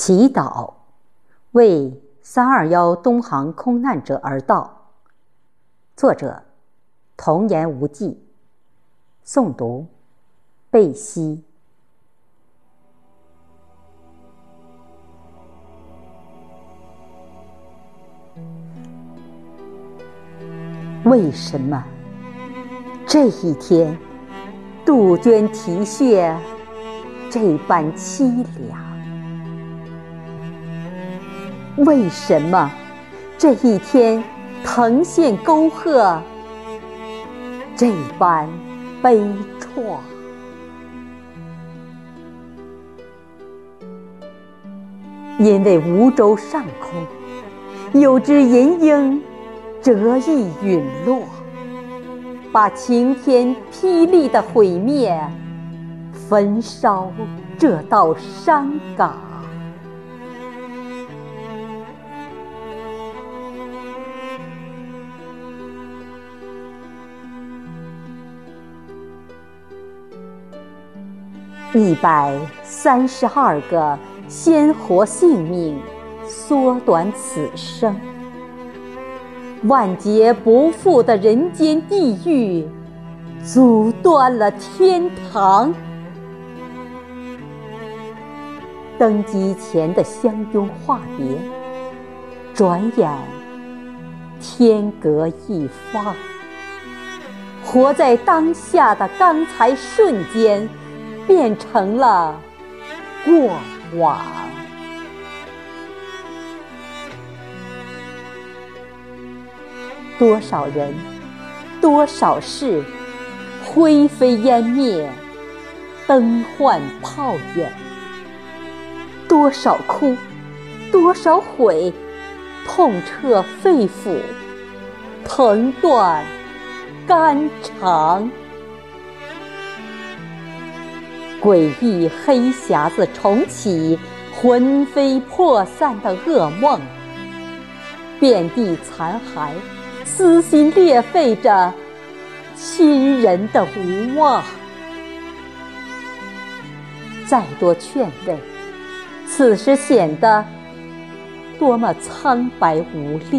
祈祷，为321东航空难者而祷。作者：童言无忌，诵读：贝西。为什么这一天杜鹃啼血这般凄凉？为什么这一天藤线沟壑这般悲怆？因为梧州上空有只银鹰折翼陨落，把晴天霹雳的毁灭焚烧这道山岗。132个鲜活性命缩短此生，万劫不复的人间地狱阻断了天堂。登基前的相拥话别，转眼天隔一方。活在当下的刚才瞬间变成了过往。多少人，多少事，灰飞烟灭，灯幻泡影。多少哭，多少悔，痛彻肺腑，疼断肝肠。诡异黑匣子重启，魂飞魄散的噩梦，遍地残骸，撕心裂肺着亲人的无望。再多劝慰，此时显得多么苍白无力。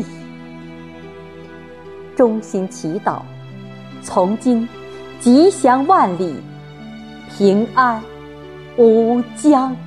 衷心祈祷，从今吉祥万里，平安无疆。